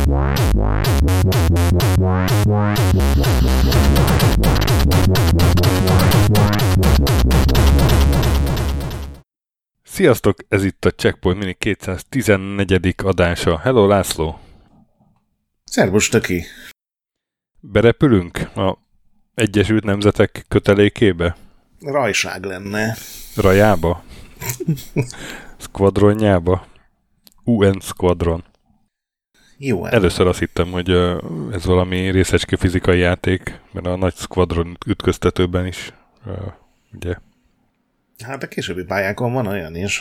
Sziasztok, ez itt a Checkpoint Mini 214. adása. Hello, László! Szervus, Töki! Berepülünk a Egyesült Nemzetek kötelékébe? Rajság lenne. Rajába? Squadronjába? UN Squadron. Jó. Először azt hittem, hogy ez valami részecske fizikai játék, mert a nagy Squadron ütköztetőben is, ugye... Hát a későbbi pályákon van olyan is.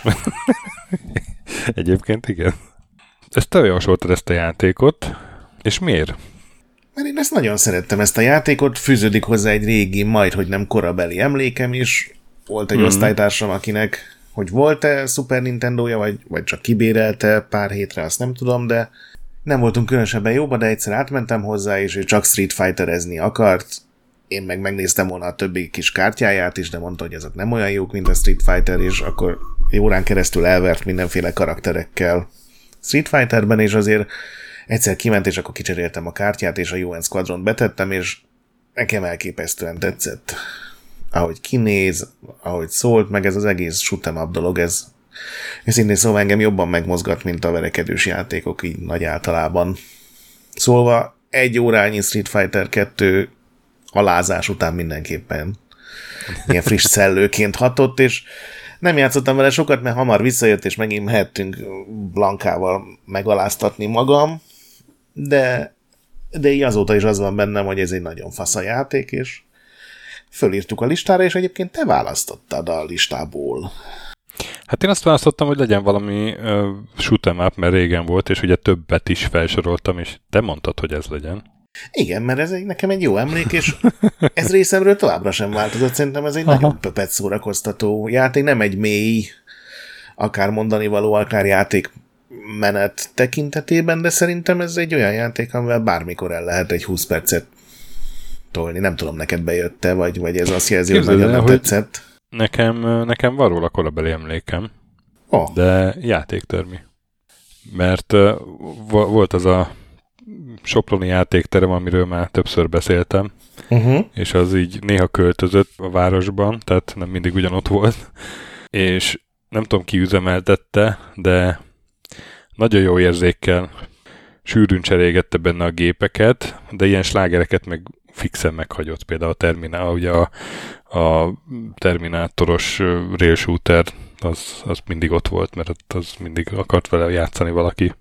Egyébként igen. Ezt te javasoltad ezt a játékot, és miért? Mert én ezt nagyon szerettem, ezt a játékot, fűződik hozzá egy régi, majdhogy nem korabeli emlékem is. Volt egy osztálytársam, akinek, hogy volt-e Super Nintendo-ja, vagy csak kibérelte pár hétre, azt nem tudom, de nem voltunk különösebben jóban, de egyszer átmentem hozzá, és ő csak Street Fighter-ezni akart. Én meg megnéztem volna a többi kis kártyáját is, de mondta, hogy ezek nem olyan jók, mint a Street Fighter, és akkor órán keresztül elvert mindenféle karakterekkel Street Fighterben, és azért egyszer kiment, és akkor kicseréltem a kártyát, és a UN Squadron betettem, és nekem elképesztően tetszett. Ahogy kinéz, ahogy szólt, meg ez az egész shoot 'em up dolog, ez szintén szóval engem jobban megmozgat, mint a verekedős játékok így nagy általában. Szólva, 1 órányi Street Fighter 2 alázás után mindenképpen ilyen friss szellőként hatott, és nem játszottam vele sokat, mert hamar visszajött, és megint mehettünk Blankával megaláztatni magam, de így azóta is az van bennem, hogy ez egy nagyon fasz a játék, és fölírtuk a listára, és egyébként te választottad a listából. Hát én azt választottam, hogy legyen valami shoot 'em up, mert régen volt, és ugye többet is felsoroltam, és te mondtad, hogy ez legyen. Igen, mert ez nekem egy jó emlék, és ez részemről továbbra sem változott. Szerintem ez egy nagyon pöpet szórakoztató játék, nem egy mély, akár mondani való, akár játékmenet tekintetében, de szerintem ez egy olyan játék, amivel bármikor el lehet egy 20 percet tolni. Nem tudom, neked bejött-e, vagy ez azt jelzi, hogy nagyon nem tetszett? Nekem van róla korabeli emlékem, de játéktermi. Mert volt az a soproni játékterem, amiről már többször beszéltem, és az így néha költözött a városban, tehát nem mindig ugyanott volt, és nem tudom ki üzemeltette, de nagyon jó érzékkel sűrűn cserégette benne a gépeket, de ilyen slágereket meg fixen meghagyott, például ugye a terminátoros rail shooter, az mindig ott volt, mert az mindig akart vele játszani valaki.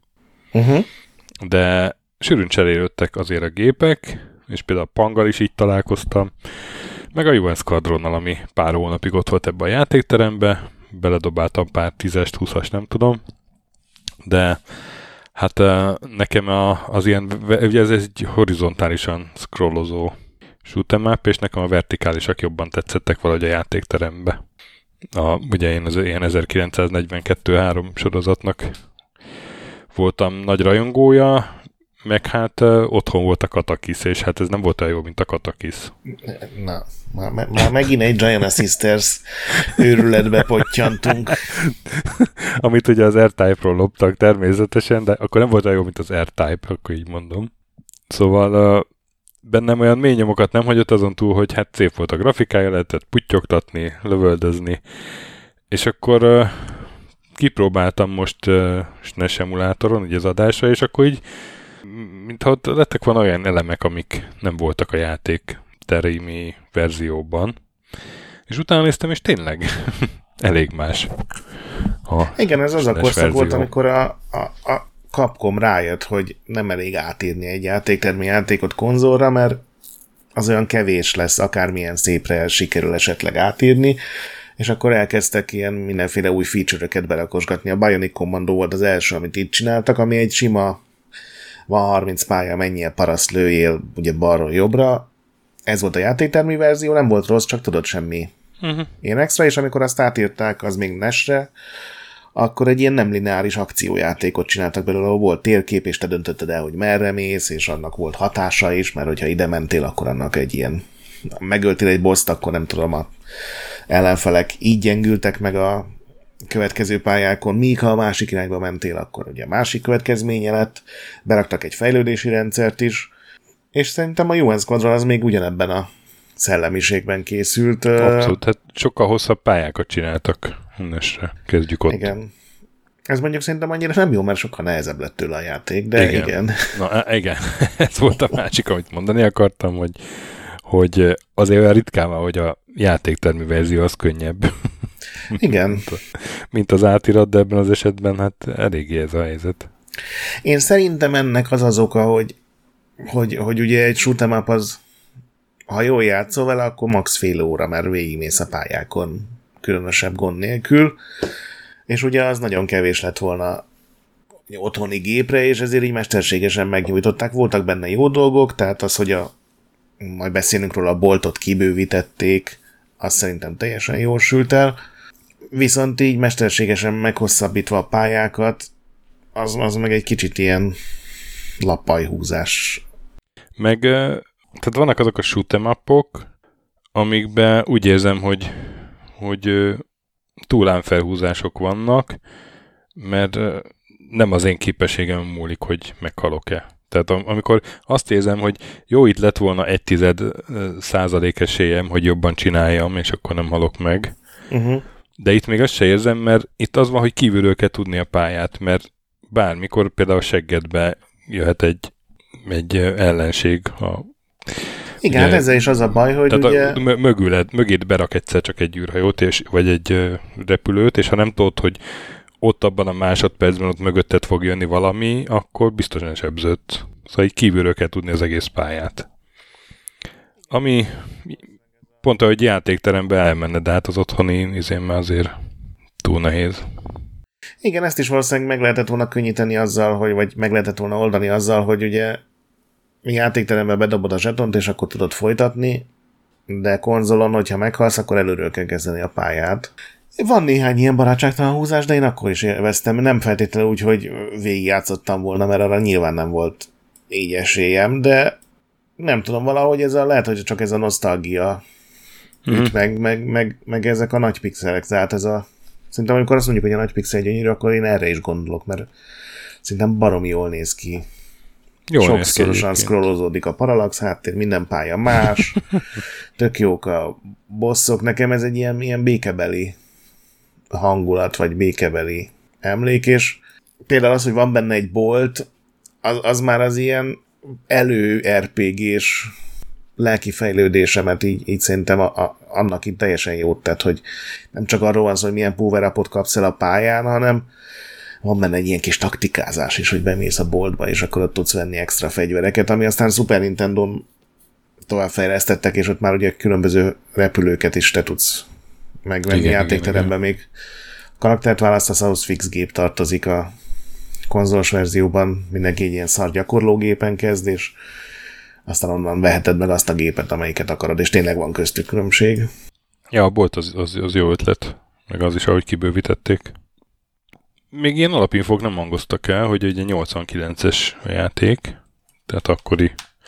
De sűrűn cserélődtek azért a gépek, és például a Panggal is így találkoztam, meg a UN Squadronnal, ami pár hónapig ott volt ebbe a játékterembe, beledobáltam pár 10-est, 20-as, nem tudom, de hát nekem az ilyen, ugye ez egy horizontálisan scrollozó shoot 'em up, és nekem a vertikálisak jobban tetszettek valahogy a játékterembe. Ugye én az ilyen 1942-3 sorozatnak voltam nagy rajongója, meg hát otthon volt a Katakis, és hát ez nem volt olyan jó, mint a Katakis. Na, már megint egy Giant Sisters őrületbe pottyantunk. Amit ugye az R-Type-ról loptak természetesen, de akkor nem volt olyan jó, mint az R-Type, akkor így mondom. Szóval bennem olyan mély nyomokat nem hagyott, azon túl, hogy hát szép volt a grafikája, lehetett puttyogtatni, lövöldözni, és akkor kipróbáltam most SNES emulátoron, ugye az adásra, és akkor így mintha ott lettek van olyan elemek, amik nem voltak a játék terimi verzióban. És utána néztem, és tényleg elég más. Igen, ez az a korszak volt, amikor a Capcom rájött, hogy nem elég átírni egy játéktermi játékot konzolra, mert az olyan kevés lesz, akármilyen szépre sikerül esetleg átírni, és akkor elkezdtek ilyen mindenféle új feature-öket berakosgatni. A Bionic Commando volt az első, amit itt csináltak, ami egy sima van 30 pálya, mennyire paraszt lőjél, ugye balról jobbra. Ez volt a játéktermi verzió, nem volt rossz, csak tudod semmi ilyen extra, és amikor azt átírták, az még NES-re, akkor egy ilyen nem lineáris akciójátékot csináltak belőle, ahol volt térkép, és te döntötted el, hogy merre mész, és annak volt hatása is, mert hogyha ide mentél, akkor annak egy ilyen megöltél egy boszt, akkor nem tudom, a ellenfelek így gyengültek meg a következő pályákon, míg ha a másik irányba mentél, akkor ugye másik következménye lett, beraktak egy fejlődési rendszert is, és szerintem a UN Squadron az még ugyanebben a szellemiségben készült. Abszolút, tehát sokkal hosszabb pályákat csináltak. Mindenesre kezdjük ott. Igen. Ez mondjuk szerintem annyira nem jó, mert sokkal nehezebb lett tőle a játék, de igen. Na igen, ez volt a másik, amit mondani akartam, hogy azért olyan ritkán van, hogy a játéktermi verzió az könnyebb. Igen. mint az átirat, de ebben az esetben hát eléggé ez a helyzet. Én szerintem ennek az oka, hogy ugye egy shoot'em up az, ha jól játszol vele, akkor max. Fél óra, mert végigmész a pályákon különösebb gond nélkül, és ugye az nagyon kevés lett volna otthoni gépre, és ezért így mesterségesen megnyújtották. Voltak benne jó dolgok, tehát az, hogy majd beszélünk róla, a boltot kibővítették, az szerintem teljesen jól sült el, viszont így mesterségesen meghosszabbítva a pályákat, az meg egy kicsit ilyen lappajhúzás. Meg, tehát vannak azok a shoot'em up-ok, amikben úgy érzem, hogy túlánfelhúzások vannak, mert nem az én képességem múlik, hogy meghalok-e. Tehát amikor azt érzem, hogy jó, itt lett volna 0,1% esélyem, hogy jobban csináljam, és akkor nem halok meg. De itt még azt se érzem, mert itt az van, hogy kívülről kell tudni a pályát, mert bármikor például a seggedbe jöhet egy ellenség. Igen, hát ezzel is az a baj, hogy tehát ugye... mögéd berak egyszer csak egy űrhajót, vagy egy repülőt, és ha nem tudod, hogy ott abban a másodpercben ott mögötted fog jönni valami, akkor biztosan sebzött. Szóval így kívülről kell tudni az egész pályát. Ami pont ahogy játékterembe elmenne, de hát az otthoni izénben azért túl nehéz. Igen, ezt is valószínűleg meg lehetett volna könnyíteni azzal, vagy meg lehetett volna oldani azzal, hogy ugye játékterembe bedobod a zsetont, és akkor tudod folytatni, de konzolon, hogyha meghalsz, akkor előről kell kezdeni a pályát. Van néhány ilyen barátságtalan húzás, de én akkor is élveztem. Nem feltétlenül úgy, hogy végigjátszottam volna, mert arra nyilván nem volt így esélyem, de nem tudom, valahogy lehet, hogy csak ez a nosztalgia itt, meg ezek a nagy pixelek. Tehát szerintem amikor azt mondjuk, hogy a nagy pixel gyönyörű, akkor én erre is gondolok, mert szerintem baromi jól néz ki. Sokszorosan scrollozódik a parallax háttér, minden pálya más, tök jók a bosszok. Nekem ez egy ilyen békebeli hangulat, vagy békebeli emlék, és például az, hogy van benne egy bolt, az már az ilyen RPG-s lelki fejlődésemet így szerintem annak itt teljesen jót tett, hogy nem csak arról van szó, hogy milyen power-upot kapsz el a pályán, hanem van benne egy ilyen kis taktikázás is, hogy bemész a boltba, és akkor ott tudsz venni extra fegyvereket, ami aztán Super Nintendon továbbfejlesztettek, és ott már ugye különböző repülőket is te tudsz megvenni játékteremben. Még karaktert választasz, ahhoz fix gép tartozik a konzolos verzióban, mindenki egy ilyen szar gyakorlógépen kezd, és aztán onnan veheted meg azt a gépet, amelyiket akarod, és tényleg van köztük különbség. Ja, a bolt az jó ötlet, meg az is, ahogy kibővítették. Még ilyen alapinfók nem hangoztak el, hogy egy 89-es játék, tehát akkori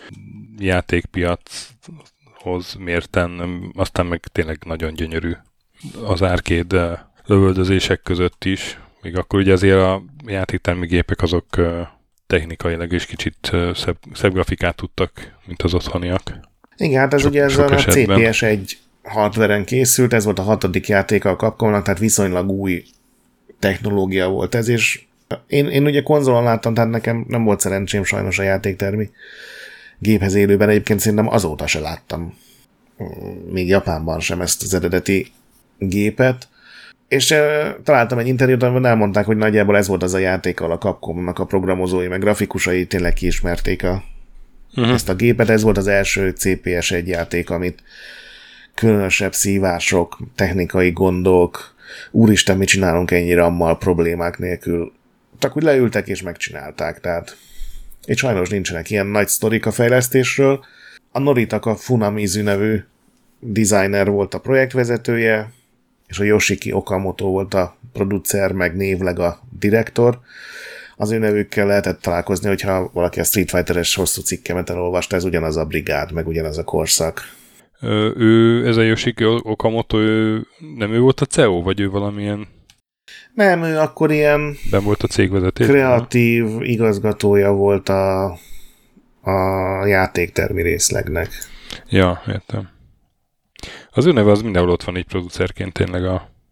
játékpiachoz mérten, aztán meg tényleg nagyon gyönyörű az arcade lövöldözések között is, még akkor ugye azért a játéktermi gépek azok technikailag is kicsit szebb grafikát tudtak, mint az otthoniak. Igen, hát ez ugye ez a CPS-1 hardveren készült, ez volt a 6. játéka a Capcomnak, tehát viszonylag új technológia volt ez, és én ugye konzolon láttam, tehát nekem nem volt szerencsém sajnos a játéktermi géphez élőben, egyébként szerintem azóta se láttam, még Japánban sem ezt az eredeti gépet, és találtam egy interjút, amiben elmondták, hogy nagyjából ez volt az a játék, ahol a Capcomnak a programozói, meg grafikusai tényleg kiismerték ezt a gépet, ez volt az első CPS-1 játék, amit különösebb szívások, technikai gondok, úristen, mit csinálunk ennyire ammal problémák nélkül. Csak úgy leültek és megcsinálták, tehát itt sajnos nincsenek ilyen nagy sztorik a fejlesztésről. A Noritaka Funamizu nevű designer volt a projektvezetője, és a Yoshiki Okamoto volt a producer, meg névleg a direktor. Az ő nevükkel lehetett találkozni, hogyha valaki a Street Fighter-es hosszú cikkemet elolvasta, ez ugyanaz a brigád, meg ugyanaz a korszak. Ez a Yoshiki Okamoto, nem ő volt a CEO, vagy ő valamilyen... Nem, ő akkor ilyen ben volt a cégvezetés. Kreatív igazgatója volt a játéktermi részlegnek. Ja, értem. Az ő neve az mindenhol ott van így producerként tényleg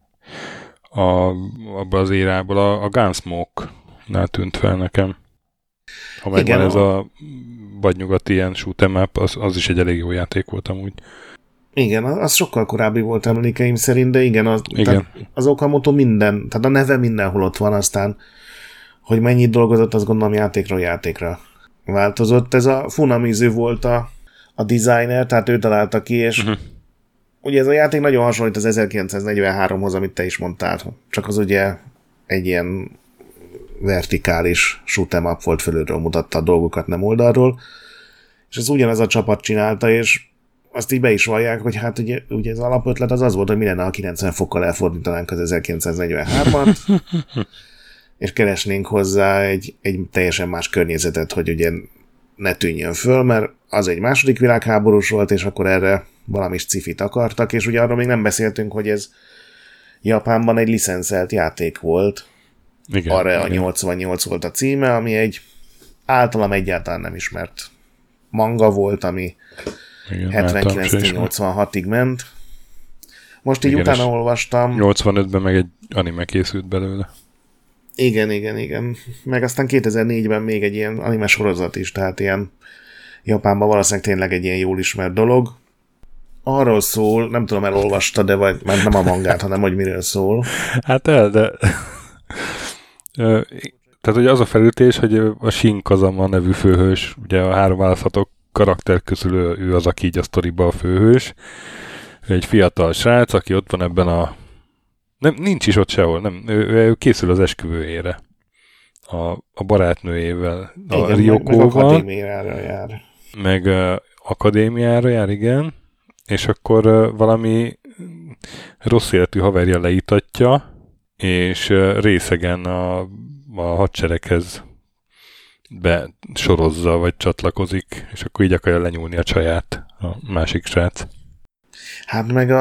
abban az érából. A Gunsmoke-nál tűnt fel nekem. Ha megvan ez a vadnyugati ilyen shoot 'em up, az is egy elég jó játék volt amúgy. Igen, az sokkal korábbi volt emlékeim szerint, de igen, igen. Az Okamoto minden, tehát a neve mindenhol ott van, aztán, hogy mennyit dolgozott, azt gondolom játékra változott. Ez a Funamizu volt a designer, tehát ő találta ki, és ugye ez a játék nagyon hasonlít az 1943-hoz, amit te is mondtál, csak az ugye egy ilyen vertikális shoot 'em up volt, fölülről mutatta a dolgokat, nem oldalról, és ez ugyanez a csapat csinálta, és azt így be is vallják, hogy hát ugye az alapötlet az volt, hogy mi lenne, ha 90 fokkal elfordítanánk az 1943-at, és keresnénk hozzá egy teljesen más környezetet, hogy ugye ne tűnjön föl, mert az egy második világháborús volt, és akkor erre valami cifit akartak, és ugye arról még nem beszéltünk, hogy ez Japánban egy licenszelt játék volt. Igen, arra a 88 volt a címe, ami egy általam egyáltalán nem ismert manga volt, ami 79-86-ig ment. Most így utána olvastam. 85-ben meg egy anime készült belőle. Igen. Meg aztán 2004-ben még egy ilyen anime sorozat is, tehát ilyen Japánban valószínűleg tényleg egy ilyen jól ismert dolog. Arról szól, nem tudom, elolvasta, de vagy már nem a mangát, hanem hogy miről szól. Hát de... Tehát ugye az a felütés, hogy a Shin Kazama nevű főhős, ugye a 3 választható karakter közül ő az, aki így a sztoriban a főhős. Egy fiatal srác, aki ott van ebben nincs is ott sehol, nem. Ő készül az esküvőjére. A barátnőjével, a Ryokóval. Meg akadémiára jár. Meg akadémiára jár, igen. És akkor valami rossz életű haverja leítatja, és részegen a hadsereghez besorozza, vagy csatlakozik, és akkor így akarja lenyúlni a csaját a másik srác. Hát meg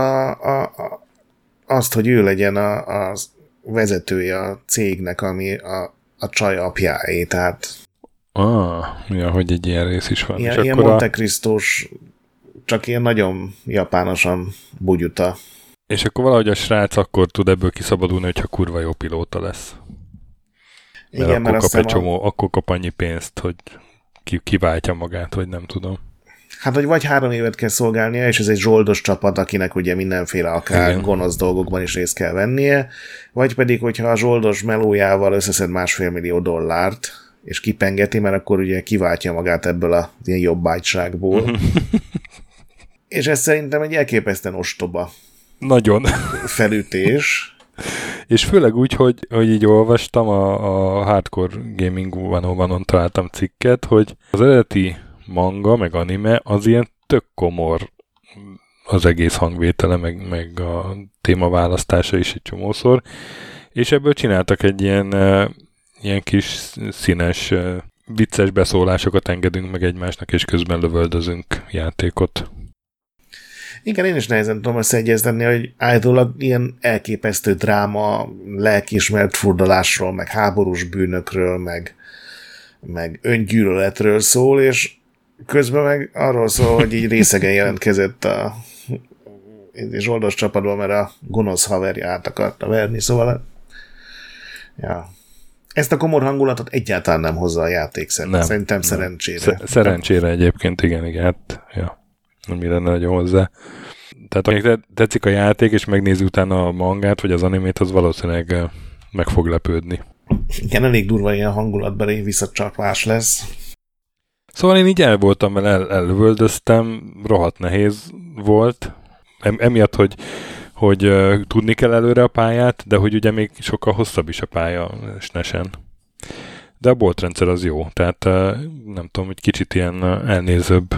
azt, hogy ő legyen a vezetője a cégnek, ami a csaj apjáé, tehát... hogy egy ilyen rész is van. Ilyen Monte Cristos, csak ilyen nagyon japánosan bugyuta. És akkor valahogy a srác akkor tud ebből kiszabadulni, hogyha kurva jó pilóta lesz. Igen, mert akkor kap annyi pénzt, hogy kiváltja magát, vagy nem tudom. Hát, hogy vagy 3 évet kell szolgálnia, és ez egy zsoldos csapat, akinek ugye mindenféle akár gonosz dolgokban is részt kell vennie, vagy pedig, hogyha a zsoldos melójával összeszed $1,5 millió, és kipengeti, mert akkor ugye kiváltja magát ebből az ilyen jobbágyságból. És ez szerintem egy elképesztően ostoba nagyon felütés. És főleg úgy, hogy így olvastam, a Hardcore Gaming 101-on találtam cikket, hogy az eredeti manga, meg anime, az ilyen tök komor az egész hangvétele, meg a témaválasztása is egy csomószor, és ebből csináltak egy ilyen kis színes, vicces beszólásokat engedünk meg egymásnak, és közben lövöldözünk játékot. Igen, én is nehezen tudom összeegyeztetni, hogy állítólag ilyen elképesztő dráma, lelkiismert furdalásról, meg háborús bűnökről, meg öngyűlöletről szól, és közben meg arról szól, hogy így részegen jelentkezett a zsoldos csapatban, mert a gonosz haverja át akarta verni, szóval ja. Ezt a komor hangulatot egyáltalán nem hozza a játék szerintem szerencsére. Szerencsére egyébként, igen, hát ja. Mi lenne nagyon hozzá. Tehát akinek tetszik a játék, és megnézi utána a mangát, vagy az animét, az valószínűleg meg fog lepődni. Igen, elég durva ilyen hangulatbeli visszacsapás lesz. Szóval én így el voltam, mert elvöldöztem, rohadt nehéz volt. Emiatt, hogy tudni kell előre a pályát, de hogy ugye még sokkal hosszabb is a pálya, SNES-en. De a boltrendszer az jó, tehát nem tudom, hogy kicsit ilyen elnézőbb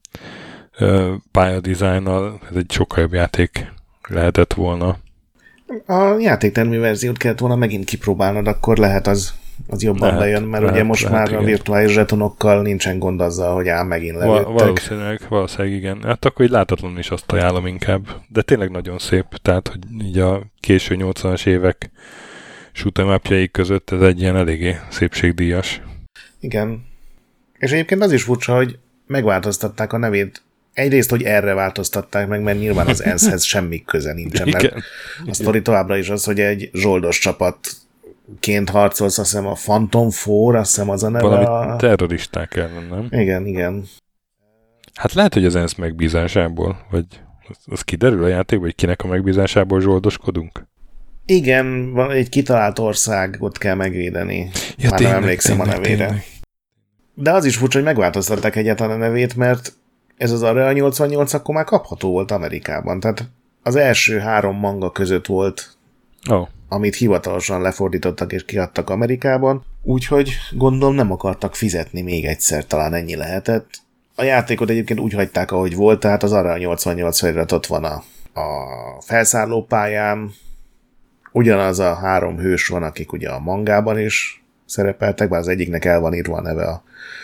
pályadizájnnal, ez egy sokkal jobb játék lehetett volna. A játéktermi verziót kellett volna megint kipróbálnod, akkor lehet az jobban bejön, mert ugye most már igen. A virtuális zsetonokkal nincsen gond azzal, hogy megint lelőttek. Valószínűleg igen. Hát akkor így látatlanul is azt ajánlom inkább. De tényleg nagyon szép, tehát hogy így a késő 80-as évek shoot'em upjaik között ez egy ilyen eléggé szépségdíjas. Igen. És egyébként az is furcsa, hogy megváltoztatták a nevét. Egyrészt, hogy erre változtatták meg, mert nyilván az ENSZ-hez semmi köze nincsen. Mert a sztori továbbra is az, hogy egy zsoldos csapatként harcolsz, azt hiszem a Phantom 4, azt hiszem az a neve. Valami terroristák ellen, nem? Igen. Hát lehet, hogy az ENSZ megbízásából, vagy az kiderül a játékban, hogy kinek a megbízásából zsoldoskodunk? Igen, egy kitalált országot kell megvédeni. Ja, már nem emlékszem a nevére. Tényleg. De az is furcsa, hogy megváltoztatták egyáltalán a nevét, mert ez az Area 88 akkor már kapható volt Amerikában. Tehát az első 3 manga között volt, amit hivatalosan lefordítottak és kiadtak Amerikában, úgyhogy gondolom nem akartak fizetni még egyszer, talán ennyi lehetett. A játékot egyébként úgy hagyták, ahogy volt, tehát az Area 88 felirat ott van a felszállópályán, ugyanaz a 3 hős van, akik ugye a mangában is szerepeltek, bár az egyiknek el van írva a neve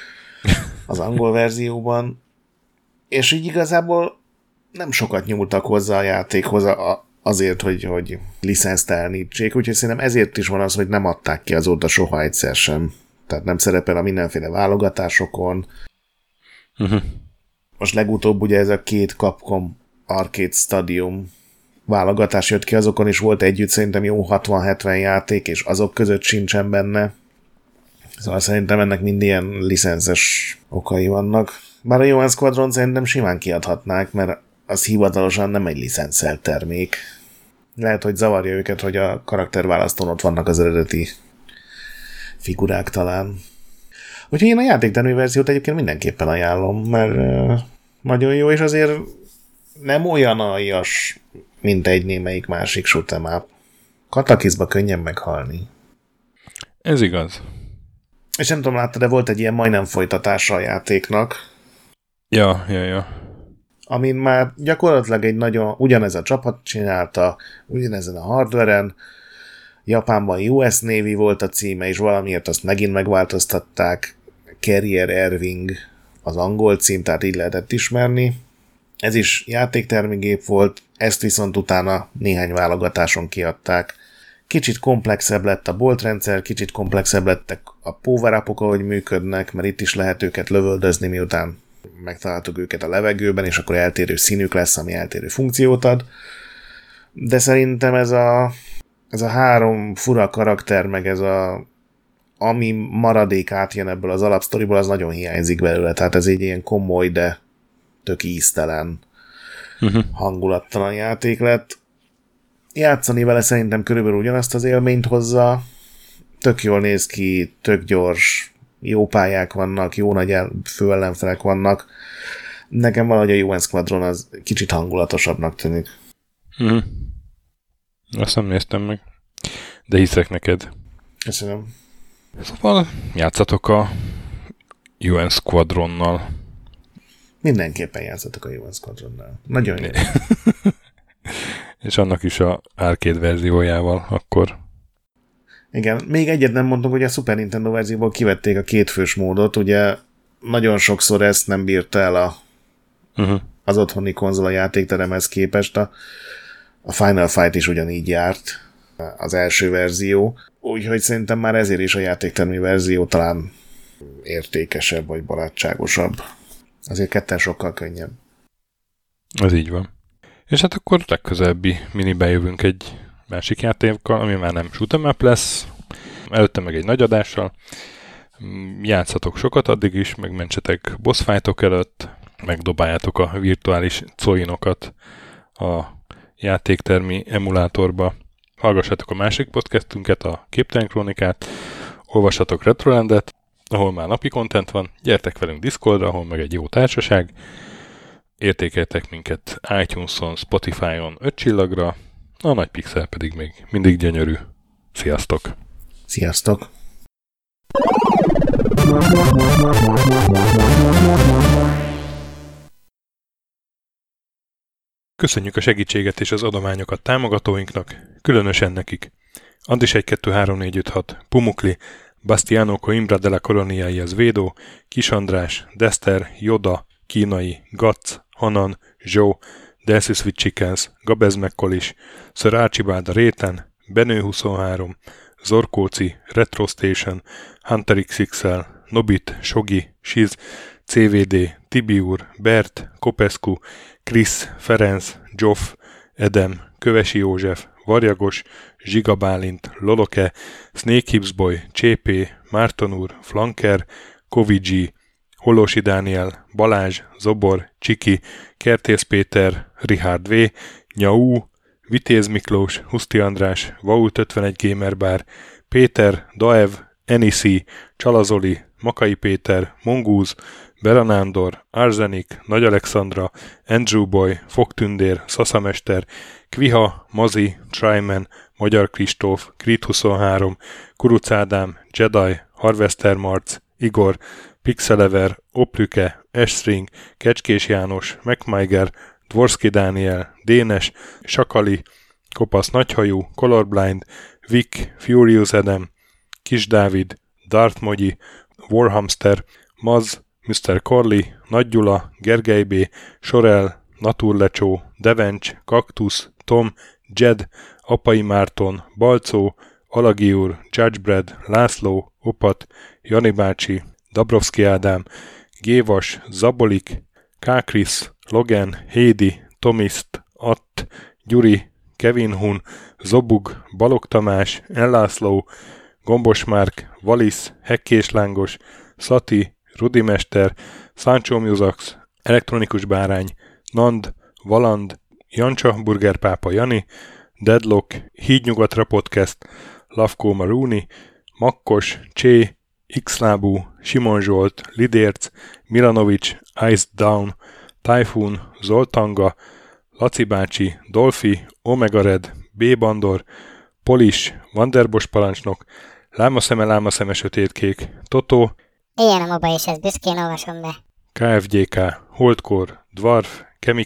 az angol verzióban, és így igazából nem sokat nyúltak hozzá a játékhoz azért, hogy licensztelenítsék, úgyhogy szerintem ezért is van az, hogy nem adták ki azóta soha egyszer sem. Tehát nem szerepel a mindenféle válogatásokon. Uh-huh. Most legutóbb ugye ez a 2 Capcom Arcade Stadium válogatás jött ki, azokon is volt együtt szerintem jó 60-70 játék, és azok között sincsen benne. Szóval szerintem ennek mind ilyen licenszes okai vannak. Bár a UN Squadron szerintem simán kiadhatnák, mert az hivatalosan nem egy licenszelt termék. Lehet, hogy zavarja őket, hogy a karakterválasztón ott vannak az eredeti figurák talán. Úgyhogy én a játéktermű verziót egyébként mindenképpen ajánlom, mert nagyon jó, és azért nem olyan aljas, mint egy némelyik másik shoot'em up. Katakizba könnyen meghalni. Ez igaz. És nem tudom, láttad, de volt egy ilyen majdnem folytatása a játéknak. Ja. Amin már gyakorlatilag egy nagyon, ugyanez a csapat csinálta, ugyanezen a hardveren, Japánban US Navy volt a címe, és valamiért azt megint megváltoztatták, Carrier Airwing az angol cím, tehát így lehetett ismerni. Ez is játéktermigép volt, ezt viszont utána néhány válogatáson kiadták. Kicsit komplexebb lett a boltrendszer, kicsit komplexebb lettek a power-upok, ahogy működnek, mert itt is lehet őket lövöldözni, miután megtaláltuk őket a levegőben, és akkor eltérő színük lesz, ami eltérő funkciót ad. De szerintem ez a 3 fura karakter, meg ez ami maradék átjön ebből az alapsztoriból, az nagyon hiányzik belőle. Tehát ez egy ilyen komoly, de tök íztelen, hangulattalan játék lett. Játszani vele szerintem körülbelül ugyanazt az élményt hozza. Tök jól néz ki, tök gyors, jó pályák vannak, jó nagy főellenfelek vannak. Nekem valahogy a UN Squadron az kicsit hangulatosabbnak tűnik. Azt nem néztem meg, de hiszek neked. Köszönöm. Szóval játszatok a UN Squadronnal. Mindenképpen játszatok a UN Squadronnal. Nagyon jó. És annak is a arcade verziójával akkor. Igen, még egyet nem mondtuk, hogy a Super Nintendo verzióból kivették a 2 fős módot, ugye nagyon sokszor ezt nem bírta el az otthoni konzol a játékteremhez képest. A Final Fight is ugyanígy járt, az első verzió, úgyhogy szerintem már ezért is a játéktermi verzió talán értékesebb vagy barátságosabb. Azért ketten sokkal könnyebb. Ez így van. És hát akkor legközelebbi miniben jövünk egy másik játékkal, ami már nem shoot'em up lesz, előtte meg egy nagy adással. Játszatok sokat addig is, megmentsetek boss fightok előtt, megdobáljátok a virtuális coinokat a játéktermi emulátorba. Hallgassatok a másik podcastünket, a Képtelen Krónikát, olvassatok Retrolandet, ahol már napi content van, gyertek velünk Discordra, ahol meg egy jó társaság, értékeltek minket iTunes-on, Spotify-on 5 csillagra, a nagy pixel pedig még mindig gyönyörű. Sziasztok! Sziasztok! Köszönjük a segítséget és az adományokat támogatóinknak, különösen nekik. Andis 1, 2, 3, 4, 5, 6, Pumukli, Bastiano Coimbra de la Coloniai az Védó, Kis András, Dester, Joda, Kínai, Gac, Hanan, Zsó, Delcy Sweet Chickens, Gabez Mekkolis, Sir Archibald a Réten, Benő 23, Zorkóci, Retro Station, Hunter XXL, Nobit, Sogi, Siz, CVD, Tibiur, Bert, Kopescu, Krisz, Ferenc, Zsoff, Edem, Kövesi József, Varjagos, Zsiga Bálint, Loloke, Snake Hipsboy, Csépé, Márton úr, Flanker, Kovicsi, Holosi Dániel, Balázs, Zobor, Csiki, Kertész Péter, Richard V, Nyau, Vitéz Miklós, Huszti András, Vault 51 Gamer Bar, Péter, Daev, Enisi, Csalazoli, Makai Péter, Mongúz, Beranándor, Arzenik, Nagy Alexandra, Andrew Boy, Fogtündér, Szaszamester, Kviha, Mazi, Tryman, Magyar Kristóf, Krit 23, Kuruc Ádám, Jedi, Harvester Marc, Igor, Pixelever, Oplüke, Esstring, Kecskés János, MacMiger, Dvorski Dániel, Dénes, Sakali, Kopasz Nagyhajú, Colorblind, Vic, Furious Adam, Kis Dávid, Darth Mogyi, Warhamster, Maz, Mr. Corley, Nagy Gyula, Gergely B., Sorel, Naturlecsó, Devencs, Kaktusz, Tom, Jed, Apai Márton, Balcó, Alagi úr, Judgebred, László, Opat, Jani bácsi, Dabrowski Ádám, Gévas, Zabolik, Kákris, Logan, Hédi, Tomiszt, Att, Gyuri, Kevin Hun, Zobug, Balog Tamás, Ellászló, Gombos Márk, Valisz, Hekkés Lángos, Szati, Rudimester, Sancho Musax, Elektronikus Bárány, Nand, Valand, Jancsa, Burgerpápa Jani, Deadlock, Hídnyugatra Podcast, Lavkó Maruni, Makkos, Csé, Xlábú, Simon Zsolt, Lidérc, Milanovic, Ice Down, Typhoon, Zoltanga, Laci bácsi, Dolfi, Omega Red, B. Bandor, Polis, Vanderbos parancsnok, Lámaszeme sötétkék, Totó, ilyen a moba, és ezt büszkén olvasom be. KFGK, Holdkor, Dwarf,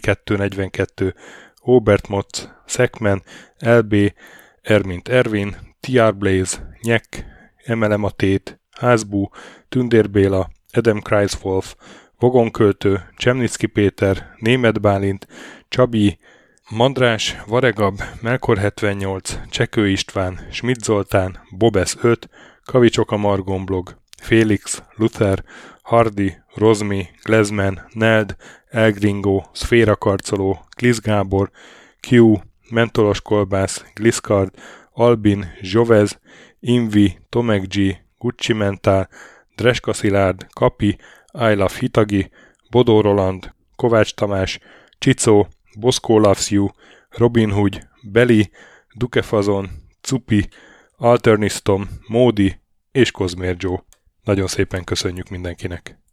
Kemi242, Obert Motz, Szekmen, LB, Ermint Ervin, TR Blaze, Nyek, MLM a Tét, Házbú, Tündér Béla, Adam Kreiswolf, Vogonköltő, Csemnicki Péter, Németh Bálint, Csabi, Mandrás, Varegab, Melkor 78, Csekő István, Schmidt Zoltán, Bobesz 5, Kavicsoka Margonblog, Félix, Luther, Hardy, Rozmi, Glezman, Neld, Elgringo, Szféra Karcoló, Glisz Gábor, Q, Mentolos Kolbász, Gliszkard, Albin, Zsovez, Invi, Tomek G, Gucci Mentál, Dreska Szilárd, Kapi, I Love Hitagi, Bodó Roland, Kovács Tamás, Csicó, Boszkó Loves You, Robin Hood, Beli, Dukefazon, Cupi, Alternisztom, Módi és Kozmér Joe. Nagyon szépen köszönjük mindenkinek!